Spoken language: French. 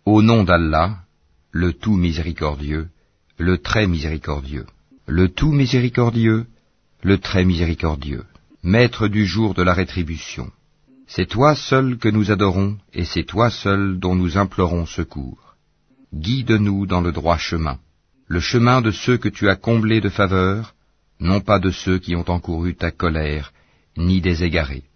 Au nom d'Allah, le tout miséricordieux, le très miséricordieux. Le tout miséricordieux, le très miséricordieux. Maître du jour de la rétribution. C'est toi seul que nous adorons, et c'est toi seul dont nous implorons secours. Guide-nous dans le droit chemin, le chemin de ceux que tu as comblés de faveurs, non pas de ceux qui ont encouru ta colère, ni des égarés.